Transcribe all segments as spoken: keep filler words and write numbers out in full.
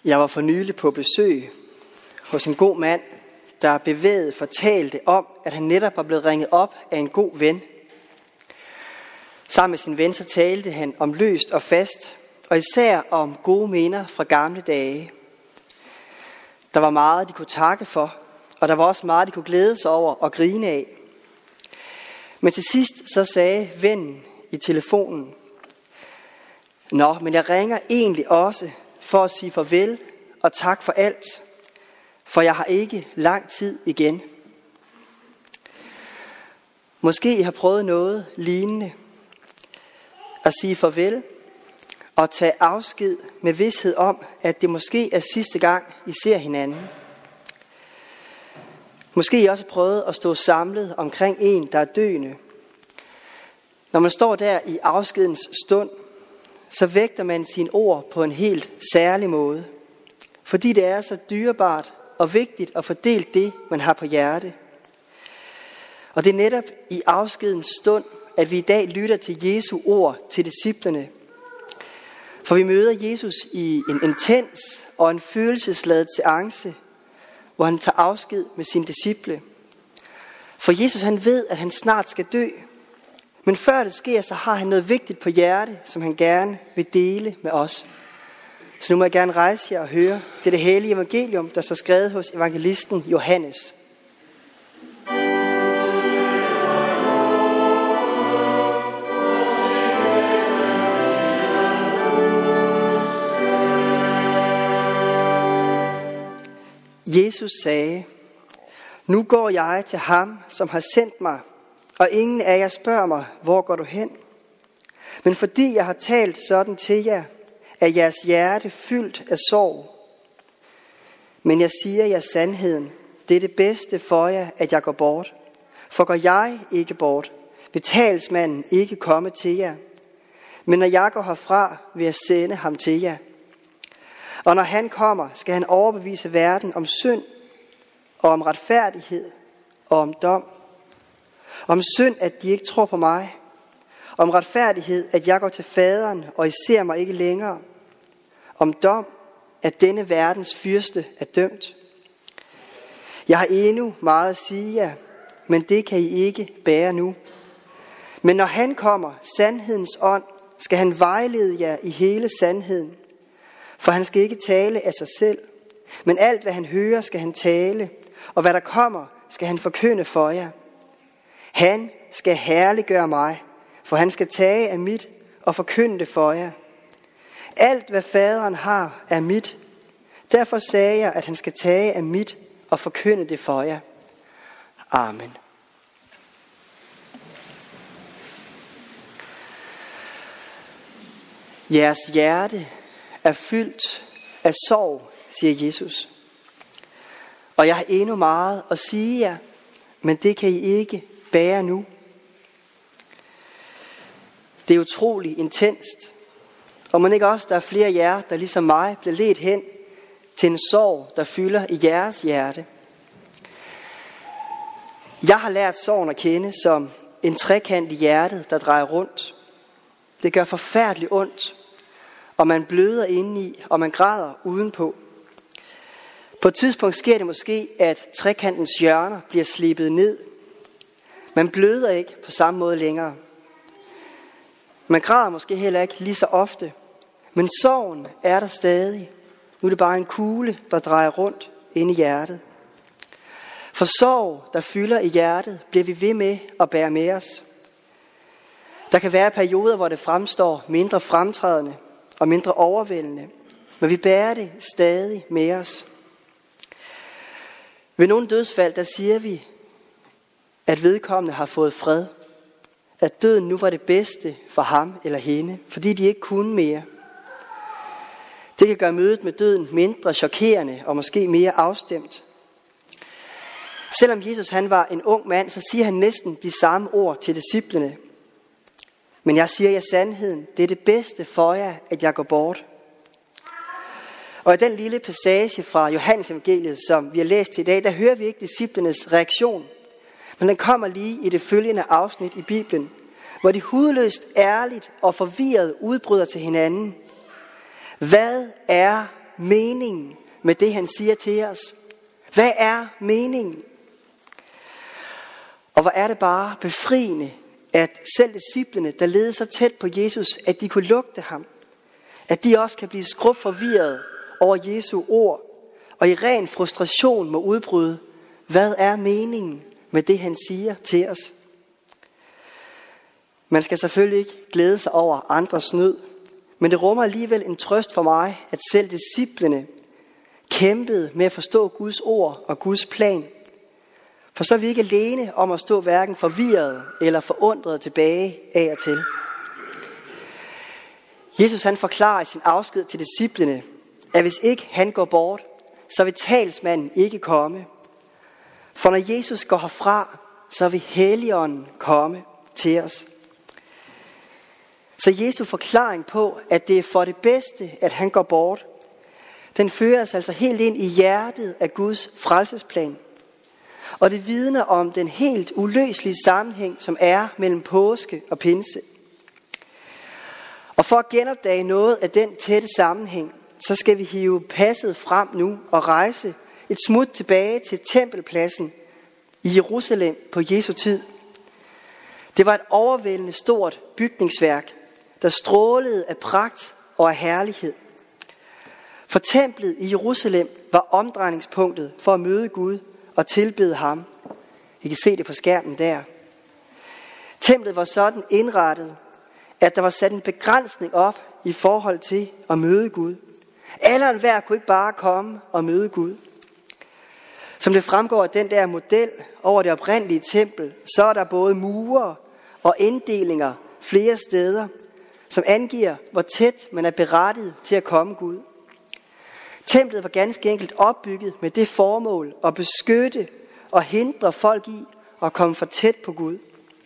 Jeg var for nylig på besøg hos en god mand, der bevæget fortalte om, at han netop var blevet ringet op af en god ven. Sammen med sin ven så talte han om løst og fast, og især om gode minder fra gamle dage. Der var meget, de kunne takke for, og der var også meget, de kunne glæde sig over og grine af. Men til sidst så sagde vennen i telefonen: Nå, men jeg ringer egentlig også for at sige farvel og tak for alt, for jeg har ikke lang tid igen. Måske I har prøvet noget lignende. At sige farvel og tage afsked med vished om, at det måske er sidste gang, I ser hinanden. Måske I også har prøvet at stå samlet omkring en, der er døende. Når man står der i afskedens stund, så vægter man sine ord på en helt særlig måde. Fordi det er så dyrebart og vigtigt at fordele det, man har på hjerte. Og det er netop i afskedens stund, at vi i dag lytter til Jesu ord til disciplene. For vi møder Jesus i en intens og en følelsesladet seance, hvor han tager afsked med sine disciple. For Jesus han ved, at han snart skal dø. Men før det sker, så har han noget vigtigt på hjerte, som han gerne vil dele med os. Så nu må jeg gerne rejse jer og høre. Det er det hellige evangelium, der så skrevet hos evangelisten Johannes. Jesus sagde: Nu går jeg til ham, som har sendt mig, og ingen af jer spørger mig, hvor går du hen? Men fordi jeg har talt sådan til jer, er jeres hjerte fyldt af sorg. Men jeg siger jer sandheden, det er det bedste for jer, at jeg går bort. For går jeg ikke bort, vil talsmanden ikke komme til jer. Men når jeg går herfra, vil jeg sende ham til jer. Og når han kommer, skal han overbevise verden om synd, og om retfærdighed, og om dom. Om synd, at de ikke tror på mig. Om retfærdighed, at jeg går til faderen, og I ser mig ikke længere. Om dom, at denne verdens fyrste er dømt. Jeg har endnu meget at sige jer, men det kan I ikke bære nu. Men når han kommer, sandhedens ånd, skal han vejlede jer i hele sandheden. For han skal ikke tale af sig selv, men alt hvad han hører skal han tale, og hvad der kommer skal han forkynde for jer. Han skal herliggøre mig, for han skal tage af mit og forkynde det for jer. Alt hvad faderen har er mit. Derfor sagde jeg, at han skal tage af mit og forkynde det for jer. Amen. Jeres hjerte er fyldt af sorg, siger Jesus. Og jeg har endnu meget at sige jer, men det kan I ikke bære nu. Det er utrolig intenst. Og må ikke også, der er flere af jer, der ligesom mig bliver ledt hen til en sorg, der fylder i jeres hjerte. Jeg har lært sorgen at kende som en trekant i hjertet, der drejer rundt. Det gør forfærdeligt ondt, og man bløder indeni, og man græder udenpå. På et tidspunkt sker det måske, at trekantens hjørner bliver slebet ned. Man bløder ikke på samme måde længere. Man græder måske heller ikke lige så ofte, men sorgen er der stadig. Nu er det bare en kugle, der drejer rundt inde i hjertet. For sorg, der fylder i hjertet, bliver vi ved med at bære med os. Der kan være perioder, hvor det fremstår mindre fremtrædende og mindre overvældende, men vi bærer det stadig med os. Ved nogle dødsfald, der siger vi, at vedkommende har fået fred. At døden nu var det bedste for ham eller hende, fordi de ikke kunne mere. Det kan gøre mødet med døden mindre chokerende og måske mere afstemt. Selvom Jesus han var en ung mand, så siger han næsten de samme ord til disciplene. Men jeg siger jer sandheden, det er det bedste for jer, at jeg går bort. Og i den lille passage fra Johannes evangeliet, som vi har læst til i dag, der hører vi ikke disciplenes reaktion. Men den kommer lige i det følgende afsnit i Bibelen, hvor de hudløst, ærligt og forvirret udbryder til hinanden. Hvad er meningen med det, han siger til os? Hvad er meningen? Og hvor er det bare befriende, at selv disciplene, der levede så tæt på Jesus, at de kunne lugte ham. At de også kan blive skrupforvirret over Jesu ord, og i ren frustration må udbryde, hvad er meningen med det, han siger til os? Man skal selvfølgelig ikke glæde sig over andres nød, men det rummer alligevel en trøst for mig, at selv disciplene kæmpede med at forstå Guds ord og Guds plan. For så er vi ikke alene om at stå hverken forvirret eller forundret tilbage af og til. Jesus han forklarer i sin afsked til disciplene, at hvis ikke han går bort, så vil talsmanden ikke komme. For når Jesus går herfra, så vil Helligånden komme til os. Så Jesu forklaring på, at det er for det bedste, at han går bort, den fører os altså helt ind i hjertet af Guds frelsesplan. Og det vidner om den helt uløselige sammenhæng, som er mellem påske og pinse. Og for at genopdage noget af den tætte sammenhæng, så skal vi hive passet frem nu og rejse et smut tilbage til tempelpladsen i Jerusalem på Jesu tid. Det var et overvældende stort bygningsværk, der strålede af pragt og af herlighed. For templet i Jerusalem var omdrejningspunktet for at møde Gud og tilbede ham. I kan se det på skærmen der. Templet var sådan indrettet, at der var sat en begrænsning op i forhold til at møde Gud. Alle og enhver kunne ikke bare komme og møde Gud. Som det fremgår af den der model over det oprindelige tempel, så er der både mure og inddelinger flere steder, som angiver, hvor tæt man er berettiget til at komme Gud. Templet var ganske enkelt opbygget med det formål at beskytte og hindre folk i at komme for tæt på Gud.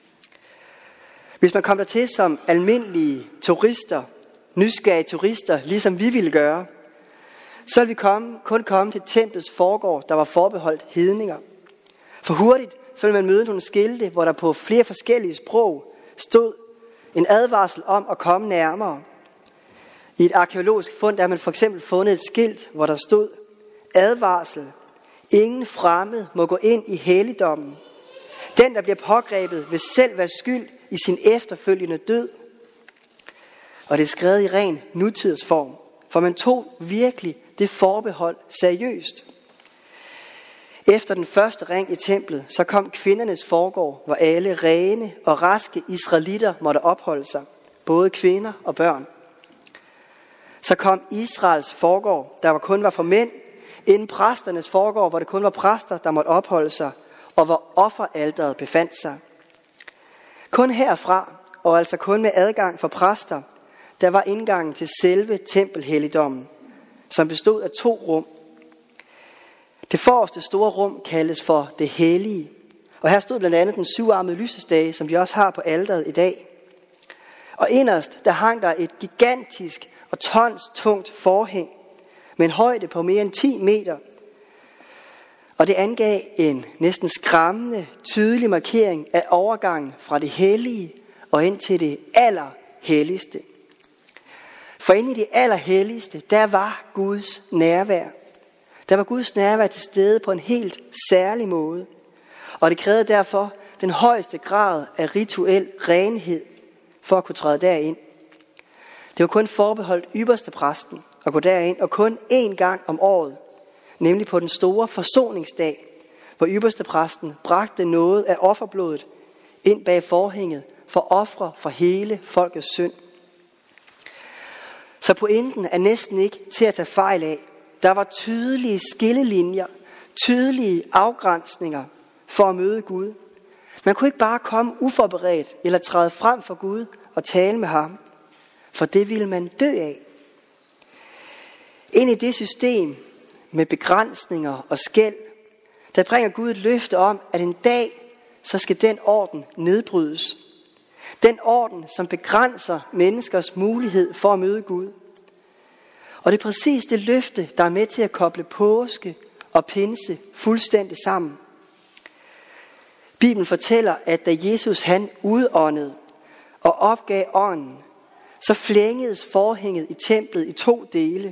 Hvis man kom der til som almindelige turister, nysgerrige turister, ligesom vi ville gøre, så ville vi komme, kun komme til templets forgård, der var forbeholdt hedninger. For hurtigt så ville man møde nogle skilte, hvor der på flere forskellige sprog stod en advarsel om at komme nærmere. I et arkæologisk fund der har man for eksempel fundet et skilt, hvor der stod advarsel: ingen fremmed må gå ind i helligdommen. Den, der bliver pågrebet, vil selv være skyld i sin efterfølgende død. Og det er skrevet i ren nutidsform, for man tog virkelig det forbehold seriøst. Efter den første ring i templet, så kom kvindernes forgård, hvor alle rene og raske israelitter måtte opholde sig, både kvinder og børn. Så kom Israels forgård, der kun var for mænd, inden præsternes forgård, hvor det kun var præster, der måtte opholde sig, og hvor offeralteret befandt sig. Kun herfra, og altså kun med adgang for præster, der var indgangen til selve tempelhelligdommen, som bestod af to rum. Det forreste store rum kaldes for det hellige, og her stod blandt andet den syvarmede lysestage, som vi også har på alteret i dag. Og inderst, der hang der et gigantisk og tons tungt forhæng med en højde på mere end ti meter. Og det angav en næsten skræmmende, tydelig markering af overgangen fra det hellige og ind til det allerhelligste. For inde i det allerhelligste, der var Guds nærvær. Der var Guds nærvær til stede på en helt særlig måde. Og det krævede derfor den højeste grad af rituel renhed for at kunne træde derind. Det var kun forbeholdt ypperste præsten at gå derind, og kun én gang om året, nemlig på den store forsoningsdag, hvor ypperste præsten bragte noget af offerblodet ind bag forhænget for ofre for hele folkets synd. Så pointen er næsten ikke til at tage fejl af. Der var tydelige skillelinjer, tydelige afgrænsninger for at møde Gud. Man kunne ikke bare komme uforberedt eller træde frem for Gud og tale med ham, for det ville man dø af. Ind i det system med begrænsninger og skel, der bringer Gud et løfte om, at en dag, så skal den orden nedbrydes. Den orden, som begrænser menneskers mulighed for at møde Gud. Og det er præcis det løfte, der er med til at koble påske og pinse fuldstændig sammen. Bibelen fortæller, at da Jesus han udåndede og opgav ånden, så flængedes forhænget i templet i to dele,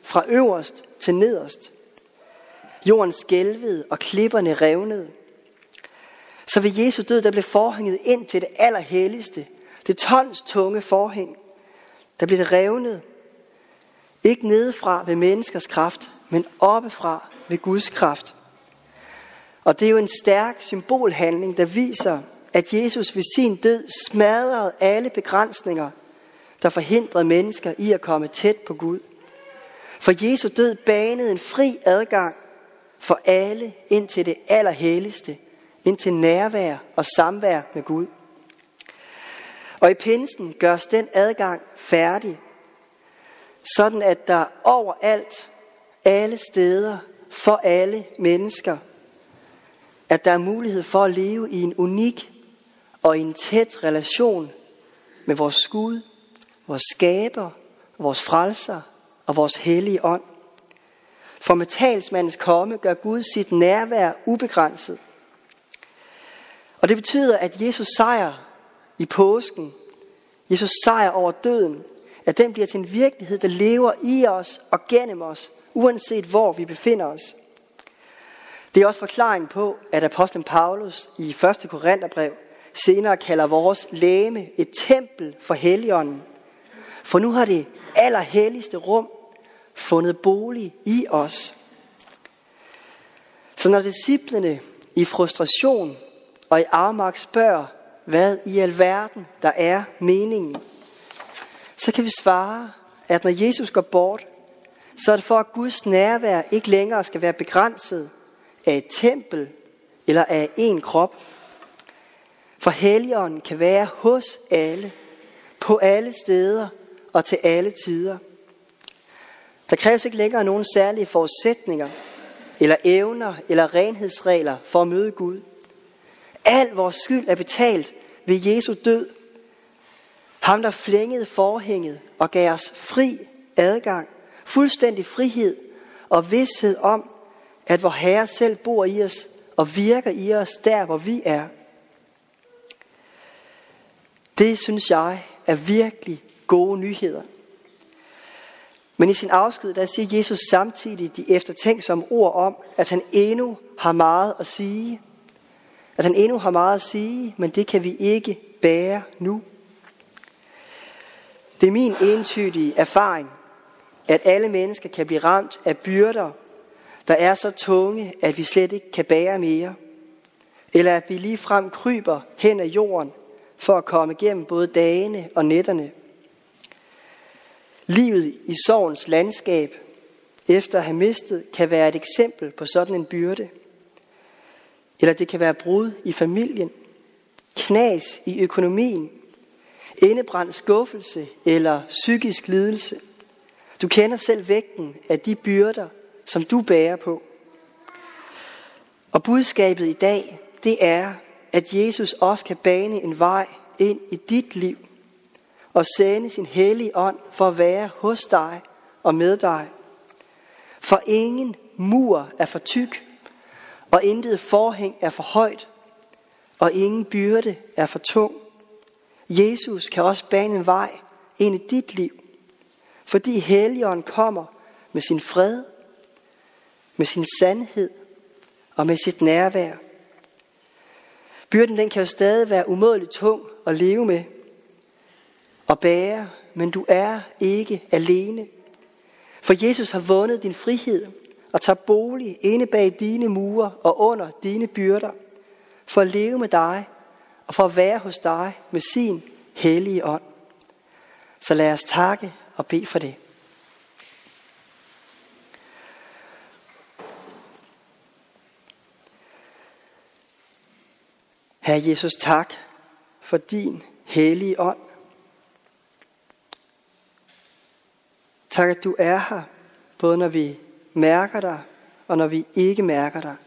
fra øverst til nederst. Jorden skælvede, og klipperne revnede. Så ved Jesu død, der blev forhænget ind til det allerhelligste, det tons tunge forhæng, der blev det revnet. Ikke nedefra ved menneskers kraft, men oppefra ved Guds kraft. Og det er jo en stærk symbolhandling, der viser, at Jesus ved sin død smadrede alle begrænsninger, der forhindrede mennesker i at komme tæt på Gud. For Jesu død banede en fri adgang for alle ind til det allerhelligste, ind til nærvær og samvær med Gud. Og i pinsen gøres den adgang færdig, sådan at der overalt, alle steder, for alle mennesker, at der er mulighed for at leve i en unik og en tæt relation med vores Gud, vores skaber, vores frelser og vores hellige ånd. For med talsmandens komme gør Gud sit nærvær ubegrænset. Og det betyder, at Jesus sejr i påsken, Jesus sejr over døden, at den bliver til en virkelighed, der lever i os og gennem os, uanset hvor vi befinder os. Det er også forklaring på, at apostlen Paulus i første Korintherbrev senere kalder vores legeme et tempel for Helligånden. For nu har det allerhelligste rum fundet bolig i os. Så når disciplene i frustration og i afmagt spørger, hvad i alverden der er meningen, så kan vi svare, at når Jesus går bort, så er det for, at Guds nærvær ikke længere skal være begrænset af et tempel eller af en krop. For Helligånden kan være hos alle, på alle steder og til alle tider. Der kræves ikke længere nogen særlige forudsætninger, eller evner, eller renhedsregler for at møde Gud. Al vores skyld er betalt ved Jesu død. Ham, der flængede forhænget og gav os fri adgang, fuldstændig frihed og vished om, at vor Herre selv bor i os og virker i os der, hvor vi er. Det synes jeg er virkelig gode nyheder. Men i sin afsked, der siger Jesus samtidig de eftertænksomme ord om, at han endnu har meget at sige. At han endnu har meget at sige, men det kan vi ikke bære nu. Det er min entydige erfaring, at alle mennesker kan blive ramt af byrder, der er så tunge, at vi slet ikke kan bære mere. Eller at vi ligefrem kryber hen ad jorden for at komme igennem både dagene og nætterne. Livet i sorgens landskab, efter at have mistet, kan være et eksempel på sådan en byrde. Eller det kan være brud i familien, knas i økonomien, indebrændt skuffelse eller psykisk lidelse. Du kender selv vægten af de byrder, som du bærer på. Og budskabet i dag, det er, at Jesus også kan bane en vej ind i dit liv og sende sin hellige ånd for at være hos dig og med dig. For ingen mur er for tyk, og intet forhæng er for højt, og ingen byrde er for tung. Jesus kan også bane en vej ind i dit liv, fordi Helligånden kommer med sin fred, med sin sandhed og med sit nærvær. Byrden den kan jo stadig være umådeligt tung at leve med og bære, men du er ikke alene. For Jesus har vundet din frihed og tager bolig inde bag dine mure og under dine byrder, for at leve med dig og for at være hos dig med sin hellige ånd. Så lad os takke og bede for det. Herre Jesus, tak for din hellige ånd. Tak, at du er her, både når vi mærker dig, og når vi ikke mærker dig.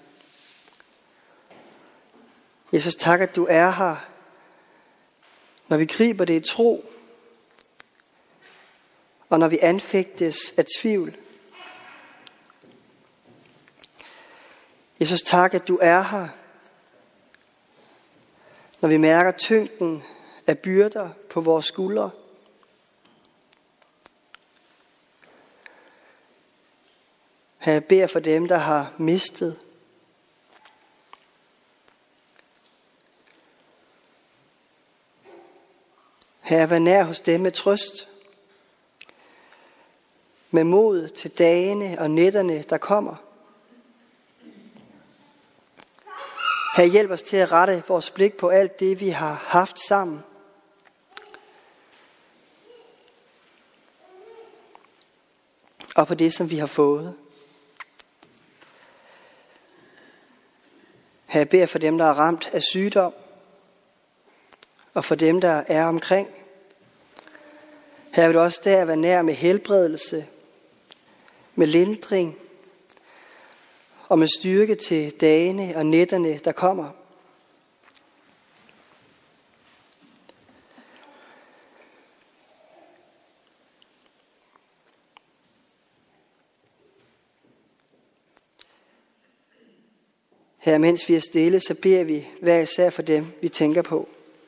Jesus, tak, at du er her, når vi griber det i tro, og når vi anfægtes af tvivl. Jesus, tak, at du er her, når vi mærker tyngden af byrder på vores skuldre. Herre, jeg beder for dem, der har mistet. Herre, vær nær hos dem med trøst, med mod til dagene og nætterne, der kommer. Herre, hjælp os til at rette vores blik på alt det, vi har haft sammen. Og på det, som vi har fået. Herre, jeg beder for dem, der er ramt af sygdom, og for dem, der er omkring. Herre, vil du også der være nær med helbredelse, med lindring og med styrke til dagene og nætterne, der kommer. Herre, mens vi er stille, så beder vi hver især for dem, vi tænker på.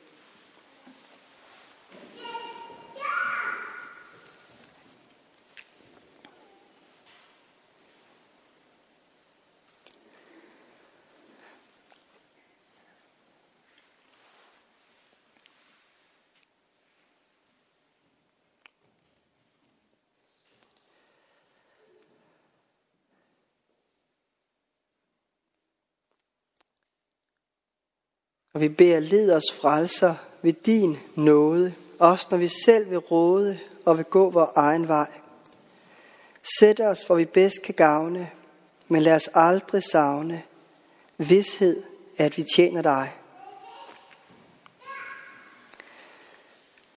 Og vi beder, led os frelser ved din nåde, også når vi selv vil råde og vil gå vores egen vej. Sæt os, hvor vi bedst kan gavne, men lad os aldrig savne vished, at vi tjener dig.